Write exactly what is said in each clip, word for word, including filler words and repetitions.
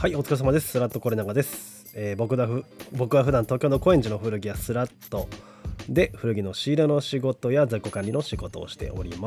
はい、お疲れ様です。スラットコレナガです。えー僕だふ僕は普段東京の高円寺の古着屋スラットで古着の仕入れの仕事や在庫管理の仕事をしております。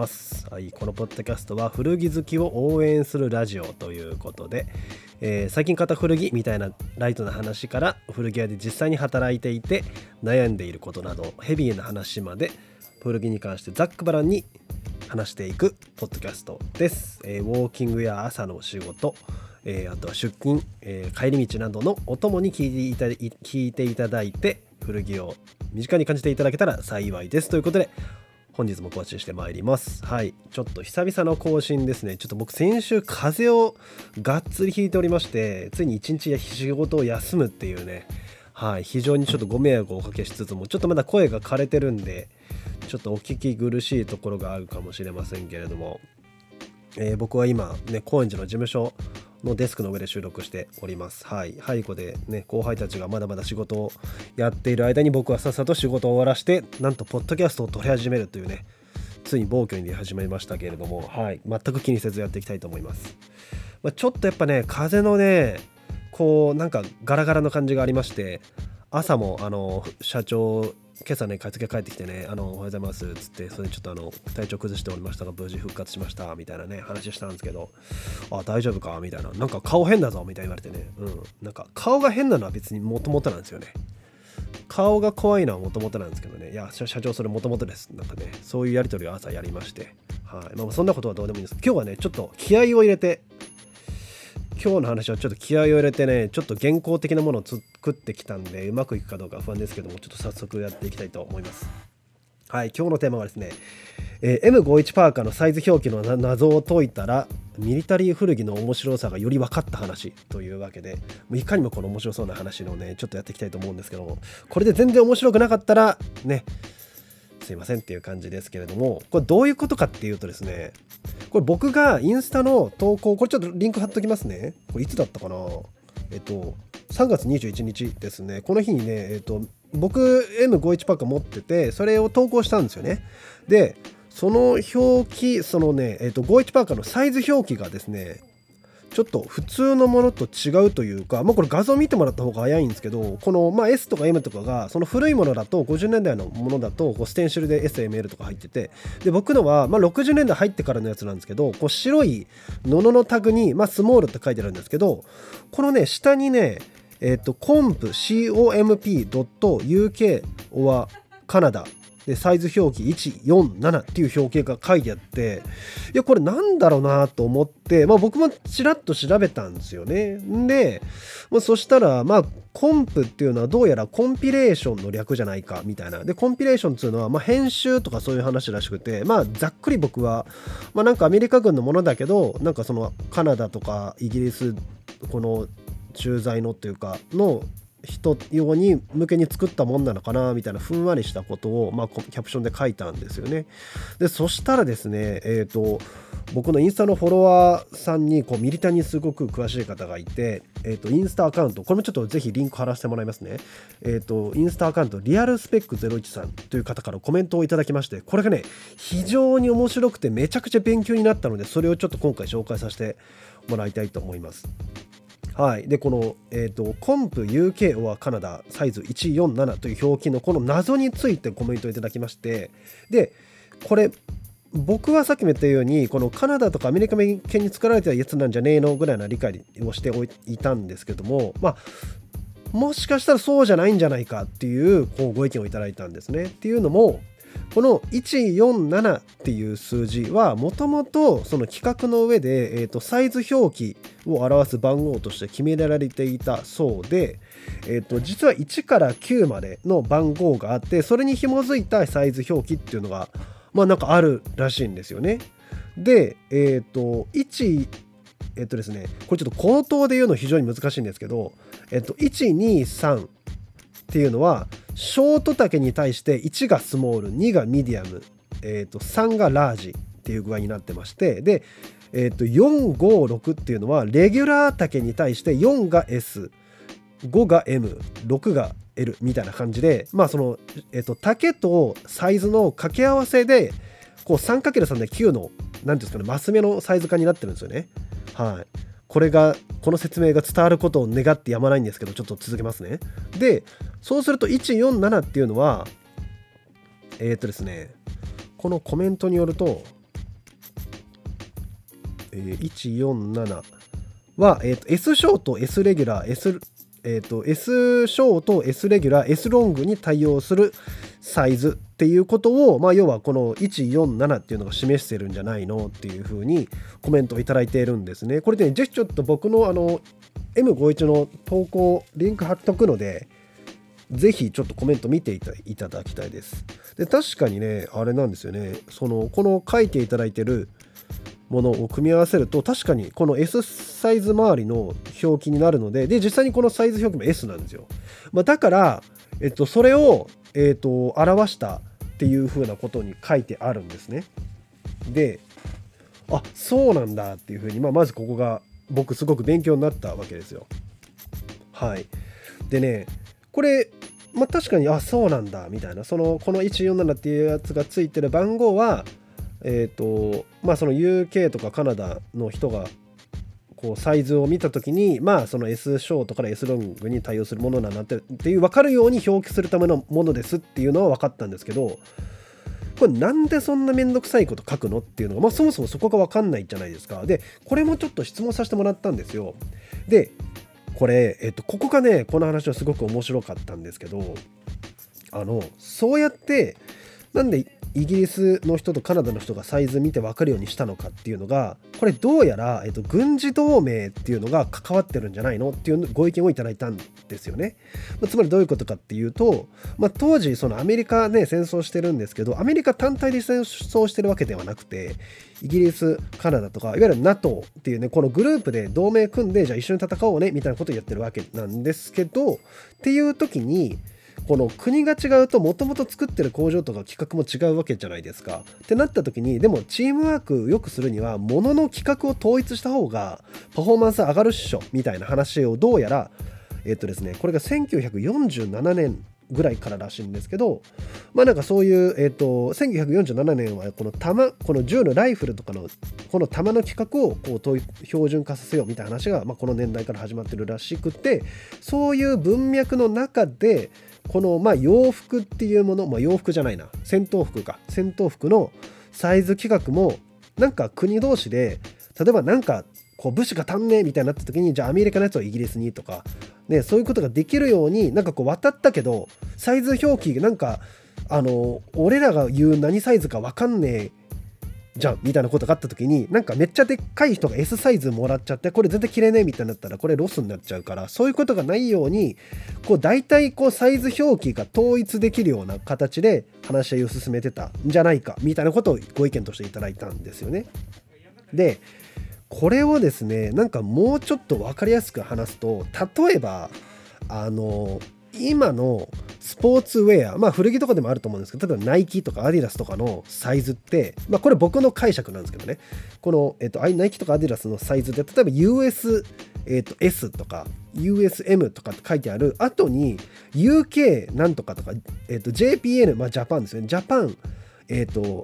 はい、このポッドキャストは古着好きを応援するラジオということで、えー最近買った古着みたいなライトな話から古着屋で実際に働いていて悩んでいることなどヘビーな話まで古着に関してざっくばらんに話していくポッドキャストです。えーウォーキングや朝の仕事、えーあとは出勤、えー帰り道などのお供に聞いていた聞いていただいて古着を身近に感じていただけたら幸いですということで、本日も更新してまいります。はい、ちょっと久々の更新ですね。ちょっと僕先週風邪をがっつりひいておりまして、ついに一日仕事を休むっていうね、はい、非常にちょっとご迷惑をおかけしつつも、ちょっとまだ声が枯れてるんでちょっとお聞き苦しいところがあるかもしれませんけれども、えー僕は今ね高円寺の事務所のデスクの上で収録しております。はい、背後でね後輩たちがまだまだ仕事をやっている間に僕はさっさと仕事を終わらしてなんとポッドキャストを撮り始めるというね、ついに暴挙に出始めましたけれども、はい、全く気にせずやっていきたいと思います。まあ、ちょっとやっぱね風のねこうなんかガラガラの感じがありまして、朝もあの社長今朝ね買い付け帰ってきてね、あのおはようございますっつって、それでちょっとあの体調崩しておりましたが無事復活しましたみたいなね話したんですけど、あ大丈夫かみたいな、なんか顔変だぞみたいに言われてね、うんなんか顔が変なのは別にもともとなんですよね。顔が怖いのはもともとなんですけどね、いや社長それもともとです、なんかねそういうやり取りを朝やりまして、はい、まあ、そんなことはどうでもいいんです。今日はねちょっと気合を入れて、今日の話はちょっと気合を入れてね、ちょっと原稿的なものを作ってきたんでうまくいくかどうか不安ですけども、ちょっと早速やっていきたいと思います。はい、今日のテーマはですね、えー エムごじゅういち パーカーのサイズ表記のな謎を解いたらミリタリー古着の面白さがより分かった話というわけで、もういかにもこの面白そうな話のねちょっとやっていきたいと思うんですけども、これで全然面白くなかったらねすいませんっていう感じですけれども、これどういうことかっていうとですね、これ僕がインスタの投稿、これちょっとリンク貼っときますね。これいつだったかな、えっとさんがつにじゅういちにちですね。この日にね、えっと僕 エムごじゅういち パーカー持ってて、それを投稿したんですよね。でその表記、そのね、えっとごじゅういちパーカーのサイズ表記がですねちょっと普通のものと違うというか、まあ、これ画像見てもらった方が早いんですけど、この、まあ、S とか M とかがその古いものだとごじゅうねんだいのものだとこうステンシルで エスエムエル とか入ってて、で僕のは、まあ、ろくじゅうねんだい入ってからのやつなんですけど、こう白い布のタグに、まあ、スモールって書いてあるんですけど、このね下にねえっとコンプ comp.uk はカナダでサイズ表記いちよんななっていう表記が書いてあって、いやこれなんだろうなと思って、まあ、僕もちらっと調べたんですよね。で、まあ、そしたらまあコンプっていうのはどうやらコンピレーションの略じゃないかみたいな。でコンピレーションっていうのはまあ編集とかそういう話らしくて、まあざっくり僕はまあなんかアメリカ軍のものだけど、なんかそのカナダとかイギリスこの駐在のっていうかの人用に向けに作ったもんなのかなみたいなふんわりしたことを、まあ、キャプションで書いたんですよね。でそしたらですね、えーと僕のインスタのフォロワーさんにこうミリタにすごく詳しい方がいて、えーとインスタアカウント、これもちょっとぜひリンク貼らせてもらいますね。えーとインスタアカウントリアルスペックゼロいちさんという方からコメントをいただきまして、これがね非常に面白くてめちゃくちゃ勉強になったので、それをちょっと今回紹介させてもらいたいと思います。はい、でこの、えーと、コンプ ユーケー はカナダサイズいちよんななという表記のこの謎についてコメントいただきまして、でこれ僕はさっきも言ったようにこのカナダとかアメリカ向けに作られたやつなんじゃねえのぐらいな理解をしていたんですけども、まあもしかしたらそうじゃないんじゃないかっていうこうご意見をいただいたんですね。っていうのもこのいちよんななっていう数字はもともとその規格の上で、えーとサイズ表記を表す番号として決められていたそうで、えーと実ははいちからきゅうまでの番号があって、それに紐づいたサイズ表記っていうのがまあなんかあるらしいんですよね。でえっ、といちえっ、とですねこれちょっと口頭で言うの非常に難しいんですけど、えっ、といちにさんっていうのはショート丈に対していちがスモール、にがミディアム、えー、とさんがラージっていう具合になってまして、で、えー、とよんごろくっていうのはレギュラー丈に対してよんが エス、ごが エム、ろくが エル みたいな感じで、まあその、えー、と丈とサイズの掛け合わせでこう さんかけるさん できゅうの何ていうんですかね、マス目のサイズ感になってるんですよね。はい。 これがこの説明が伝わることを願ってやまないんですけど、ちょっと続けますね。でそうするといちよんななっていうのはえーっとですねこのコメントによると、えー、いちよんななは、えー、と S ショート S レギュラー S、えー、と S ショート S レギュラー S ロングに対応するサイズっていうことを、まあ、要はこのいちよんななっていうのが示してるんじゃないのっていう風にコメントをいただいているんですね。これで、ね、ぜひちょっと僕のあの エムごじゅういち の投稿リンク貼っとくので、ぜひちょっとコメント見ていたいただきたいです。で確かにねあれなんですよね、そのこの書いていただいてるものを組み合わせると確かにこの S サイズ周りの表記になるので、で実際にこのサイズ表記も S なんですよ。まあ、だから、えっと、それを、えっと、表したっていう風なことに書いてあるんですね。で、あ、そうなんだっていう風に、まあ、まずここが僕すごく勉強になったわけですよ。はい。でね、これ、まあ、確かに、あ、そうなんだみたいな、そのこのいちよんななっていうやつがついてる番号は、えっと、まあその ユーケー とかカナダの人がこうサイズを見たときに、まあその S ショートから S ロングに対応するものなんてっていう分かるように表記するためのものですっていうのは分かったんですけど、これなんでそんなめんどくさいこと書くのっていうのが、まあそもそもそこが分かんないじゃないですか。でこれもちょっと質問させてもらったんですよ。でこれ、えっと、ここがねこの話はすごく面白かったんですけど、あのそうやってなんでイギリスの人とカナダの人がサイズ見て分かるようにしたのかっていうのが、これどうやら、えっと、軍事同盟っていうのが関わってるんじゃないのっていうご意見をいただいたんですよね。まあ、つまりどういうことかっていうと、まあ、当時そのアメリカね戦争してるんですけど、アメリカ単体で戦争してるわけではなくて、イギリスカナダとかいわゆる ナトー っていうねこのグループで同盟組んで、じゃあ一緒に戦おうねみたいなことをやってるわけなんですけど、っていう時にこの国が違うともともと作ってる工場とか企画も違うわけじゃないですか。ってなった時に、でもチームワーク良くするには物の企画を統一した方がパフォーマンス上がるっしょみたいな話をどうやらえっとですねこれがせんきゅうひゃくよんじゅうななねんぐらいかららしいんですけど、まあなんかそういう、えっと、せんきゅうひゃくよんじゅうななねんはこの弾この銃のライフルとかのこの弾の規格をこう標準化させようみたいな話が、まあ、この年代から始まってるらしくて、そういう文脈の中でこのまあ洋服っていうもの、まあ、洋服じゃないな戦闘服か戦闘服のサイズ規格もなんか国同士で例えばなんかこう物資が足んねえみたいになった時に、じゃあアメリカのやつをイギリスにとか、ね、そういうことができるようになんかこう渡ったけどサイズ表記なんかあの俺らが言う何サイズか分かんねえじゃんみたいなことがあった時に、なんかめっちゃでっかい人が S サイズもらっちゃって、これ全然着れねえみたいになったらこれロスになっちゃうから、そういうことがないようにこう大体こうサイズ表記が統一できるような形で話し合いを進めてたんじゃないかみたいなことをご意見としていただいたんですよね。でこれをですねなんかもうちょっと分かりやすく話すと、例えばあの今のスポーツウェア、まあ古着とかでもあると思うんですけど、例えばナイキとかアディダスとかのサイズって、まあこれ僕の解釈なんですけどね、この、えっと、ナイキとかアディダスのサイズで例えば ユーエス、えっと、S とか ユーエスエム とかって書いてある後に ユーケー なんとかとか、えっと、ジェーピーエヌ、まあジャパンですよね、ジャパン、えっと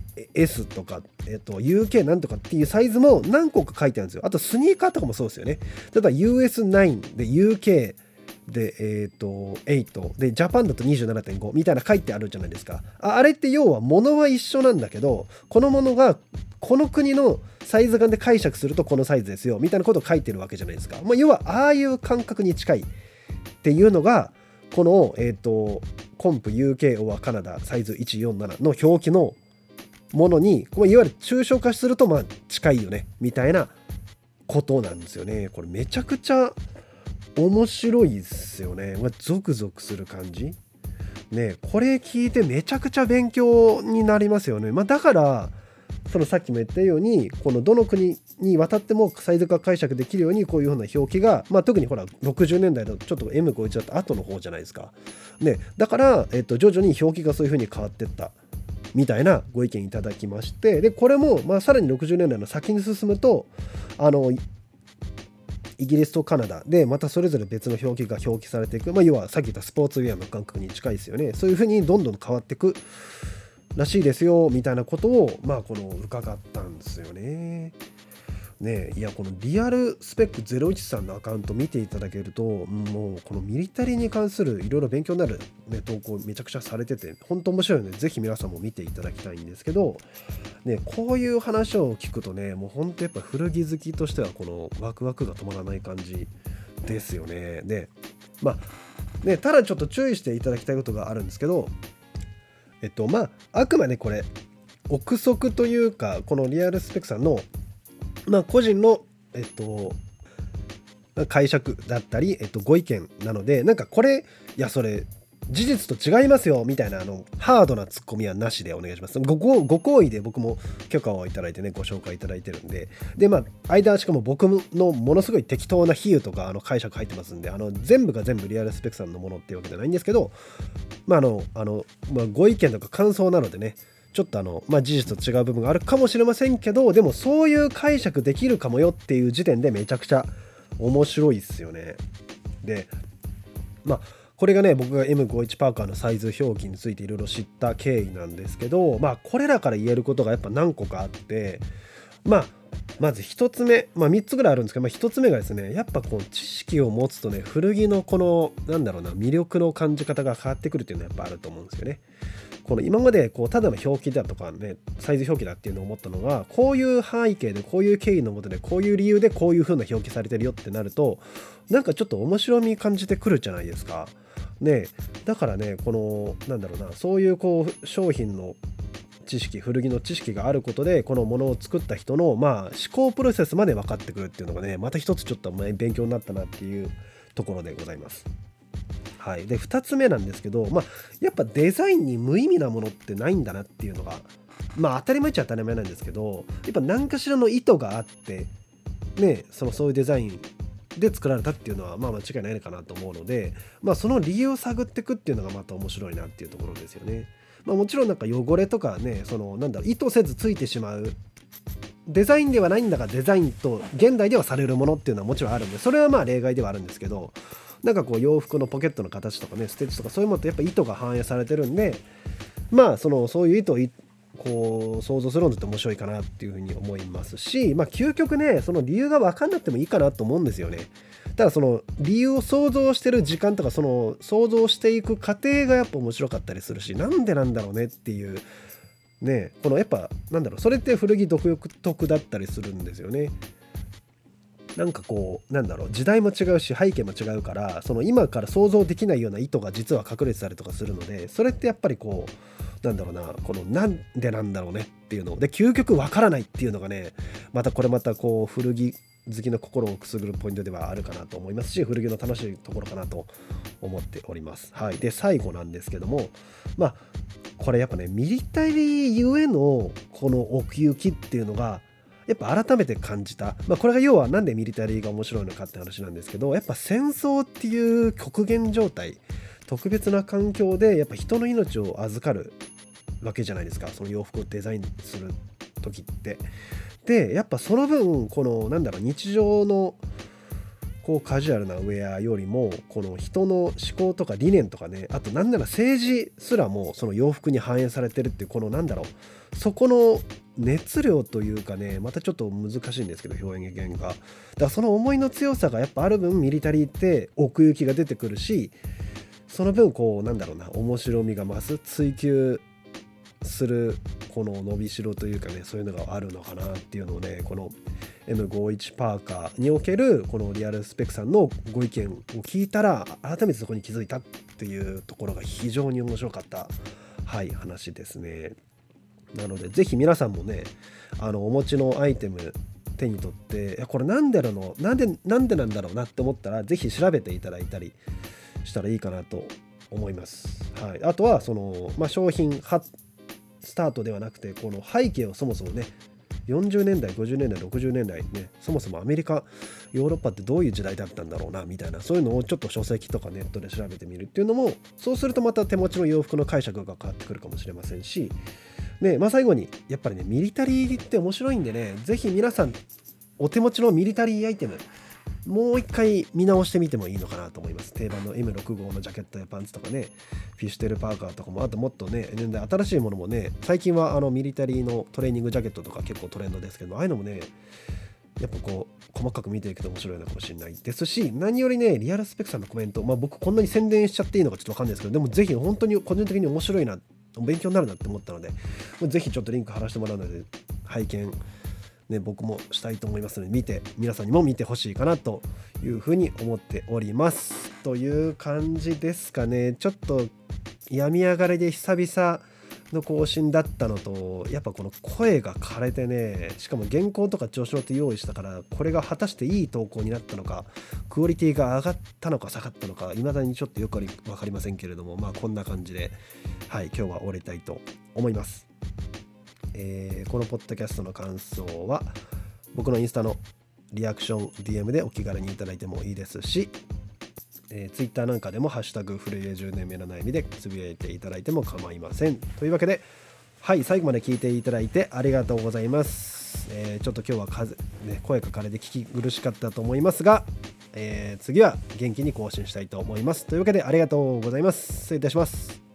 S とか、えっと、ユーケー なんとかっていうサイズも何個か書いてあるんですよ。あとスニーカーとかもそうですよね。例えば ユーエスナイン で ユーケーで、えっと、はちで、ジャパンだと にじゅうななてんご みたいな書いてあるじゃないですか。あ、あれって要は物は一緒なんだけど、この物がこの国のサイズ感で解釈するとこのサイズですよみたいなことを書いてるわけじゃないですか。まあ、要はああいう感覚に近いっていうのがこの、えっと、コンプ ユーケー オアカナダサイズいちよんななの表記のものに、いわゆる抽象化するとまあ近いよねみたいなことなんですよね。これめちゃくちゃ面白いですよね。まあ、ゾクゾクする感じね。これ聞いてめちゃくちゃ勉強になりますよね。まあ、だからそのさっきも言ったようにこのどの国に渡ってもサイズ化解釈できるようにこういうふうな表記が、まあ、特にほらろくじゅうねんだいのちょっと エムごじゅういち だった後の方じゃないですか、ね、だから、えっと、徐々に表記がそういうふうに変わっていったみたいなご意見いただきまして、でこれもまあさらにろくじゅうねんだいの先に進むとあのイギリスとカナダでまたそれぞれ別の表記が表記されていく、まあ、要はさっき言ったスポーツウェアの感覚に近いですよね。そういうふうにどんどん変わっていくらしいですよみたいなことをまあこの伺ったんですよね。 ね、いやこのリアルスペックゼロいちさんのアカウント見ていただけると、もうこのミリタリーに関するいろいろ勉強になる、ね、投稿めちゃくちゃされてて本当面白いので、ぜひ皆さんも見ていただきたいんですけど、ね、こういう話を聞くとね、もう本当やっぱ古着好きとしてはこのワクワクが止まらない感じですよね。でまあね、ただちょっと注意していただきたいことがあるんですけど、えっとまああくまでこれ憶測というか、このリアルスペックさんのまあ個人のえっと解釈だったり、えっと、ご意見なので、なんかこれいやそれ事実と違いますよみたいなあのハードなツッコミはなしでお願いします。ごご好意で僕も許可をいただいてね、ご紹介いただいてるんで、でまあ間しかも僕のものすごい適当な比喩とかあの解釈入ってますんで、あの全部が全部リアルスペックさんのものっていうわけじゃないんですけど、まああのあの、まあ、ご意見とか感想なのでね、ちょっとあの、まあ、事実と違う部分があるかもしれませんけど、でもそういう解釈できるかもよっていう時点でめちゃくちゃ面白いっすよね。でまあこれがね、僕が エムごじゅういち パーカーのサイズ表記についていろいろ知った経緯なんですけど、まあこれらから言えることがやっぱ何個かあって、まあまずひとつめ、まあみっつぐらいあるんですけど、まあ、ひとつめがですね、やっぱこう知識を持つとね、古着のこのなんだろうな、魅力の感じ方が変わってくるっていうのはやっぱあると思うんですよね。この今までこうただの表記だとかね、サイズ表記だっていうのを思ったのが、こういう背景でこういう経緯のもとでこういう理由でこういう風な表記されてるよってなると、なんかちょっと面白み感じてくるじゃないですかね。だからね、このなんだろうな、そういうこう商品の知識、古着の知識があることで、このものを作った人のまあ思考プロセスまで分かってくるっていうのがね、また一つちょっと勉強になったなっていうところでございます。はい、でふたつめなんですけど、まあ、やっぱデザインに無意味なものってないんだなっていうのが、まあ当たり前っちゃ当たり前なんですけど、やっぱ何かしらの意図があってね、そのそういうデザインで作られたっていうのはまあ間違いないのかなと思うので、まあその理由を探っていくっていうのがまた面白いなっていうところですよね。まあもちろんなんか汚れとかね、そのなんだろう、意図せずついてしまうデザインではないんだが、デザインと現代ではされるものっていうのはもちろんあるんで、それはまあ例外ではあるんですけど、なんかこう洋服のポケットの形とかね、ステッチとかそういうものってやっぱ意図が反映されてるんで、まあそのそういう意図をこう想像するのって面白いかなっていうふうに思いますし、まあ究極ね、その理由が分かんなくてもいいかなと思うんですよね。ただその理由を想像してる時間とか、その想像していく過程がやっぱ面白かったりするし、なんでなんだろうねっていうね、このやっぱなんだろう、それって古着独特だったりするんですよね。なんかこうなんだろう、時代も違うし背景も違うから、その今から想像できないような意図が実は隠れてたりとかするので、それってやっぱりこうなんだろうな、このなんでなんだろうねっていうので、究極わからないっていうのがね、またこれまたこう古着好きの心をくすぐるポイントではあるかなと思いますし、古着の楽しいところかなと思っております。はい。で最後なんですけども、まあこれやっぱね、ミリタリーゆえのこの奥行きっていうのがやっぱ改めて感じた。まあこれが要はなんでミリタリーが面白いのかって話なんですけど、やっぱ戦争っていう極限状態、特別な環境でやっぱ人の命を預かるわけじゃないですか、その洋服をデザインする時って。でやっぱその分このなんだろう、日常のこうカジュアルなウェアよりもこの人の思考とか理念とかね、あとなんなら政治すらもその洋服に反映されてるっていう、このなんだろう、そこの熱量というかね、またちょっと難しいんですけど表現が、だからその思いの強さがやっぱある分ミリタリーって奥行きが出てくるし、その分こうなんだろうな、面白みが増す、追求するこの伸びしろというかね、そういうのがあるのかなっていうのをね、この エムごじゅういち パーカーにおけるこのリアルスペックさんのご意見を聞いたら改めてそこに気づいたっていうところが非常に面白かった、はい話ですね。なのでぜひ皆さんもね、あのお持ちのアイテム手に取って、いやこれなんでなの、なんでなんでなんだろうなって思ったら、ぜひ調べていただいたりしたらいいかなと思います。はい、あとはその、まあ、商品スタートではなくて、この背景をそもそもね、よんじゅうねんだいごじゅうねんだいろくじゅうねんだいね、そもそもアメリカヨーロッパってどういう時代だったんだろうなみたいな、そういうのをちょっと書籍とかネットで調べてみるっていうのも、そうするとまた手持ちの洋服の解釈が変わってくるかもしれませんしね。まあ最後にやっぱりね、ミリタリーって面白いんでね、ぜひ皆さんお手持ちのミリタリーアイテムもう一回見直してみてもいいのかなと思います。定番の エムろくじゅうご のジャケットやパンツとかね、フィッシュテルパーカーとかも、あともっとね、新しいものもね、最近はあのミリタリーのトレーニングジャケットとか結構トレンドですけど、ああいうのもね、 やっぱこう細かく見ていくと面白いのかもしれないですし、何よりねリアルスペクさんのコメント、まあ僕こんなに宣伝しちゃっていいのかちょっとわかんないですけど、でもぜひ本当に個人的に面白いな、勉強になるなって思ったので、ぜひちょっとリンク貼らせてもらうので拝見ね、僕もしたいと思いますので、見て皆さんにも見てほしいかなというふうに思っておりますという感じですかね。ちょっと病み上がりで久々の更新だったのと、やっぱこの声が枯れてね、しかも原稿とか調子乗って用意したから、これが果たしていい投稿になったのか、クオリティが上がったのか下がったのか、未だにちょっとよく分かりませんけれども、まあこんな感じで、はい、今日は終わりたいと思います。えー、このポッドキャストの感想は僕のインスタのリアクション ディーエム でお気軽にいただいてもいいですし、えー、Twitter なんかでもハッシュタグ古家じゅうねんめの悩みでつぶやいていただいても構いません。というわけで、はい最後まで聞いていただいてありがとうございます。えー、ちょっと今日は風、ね、声が枯れて聞き苦しかったと思いますが、えー、次は元気に更新したいと思います。というわけでありがとうございます。失礼いたします。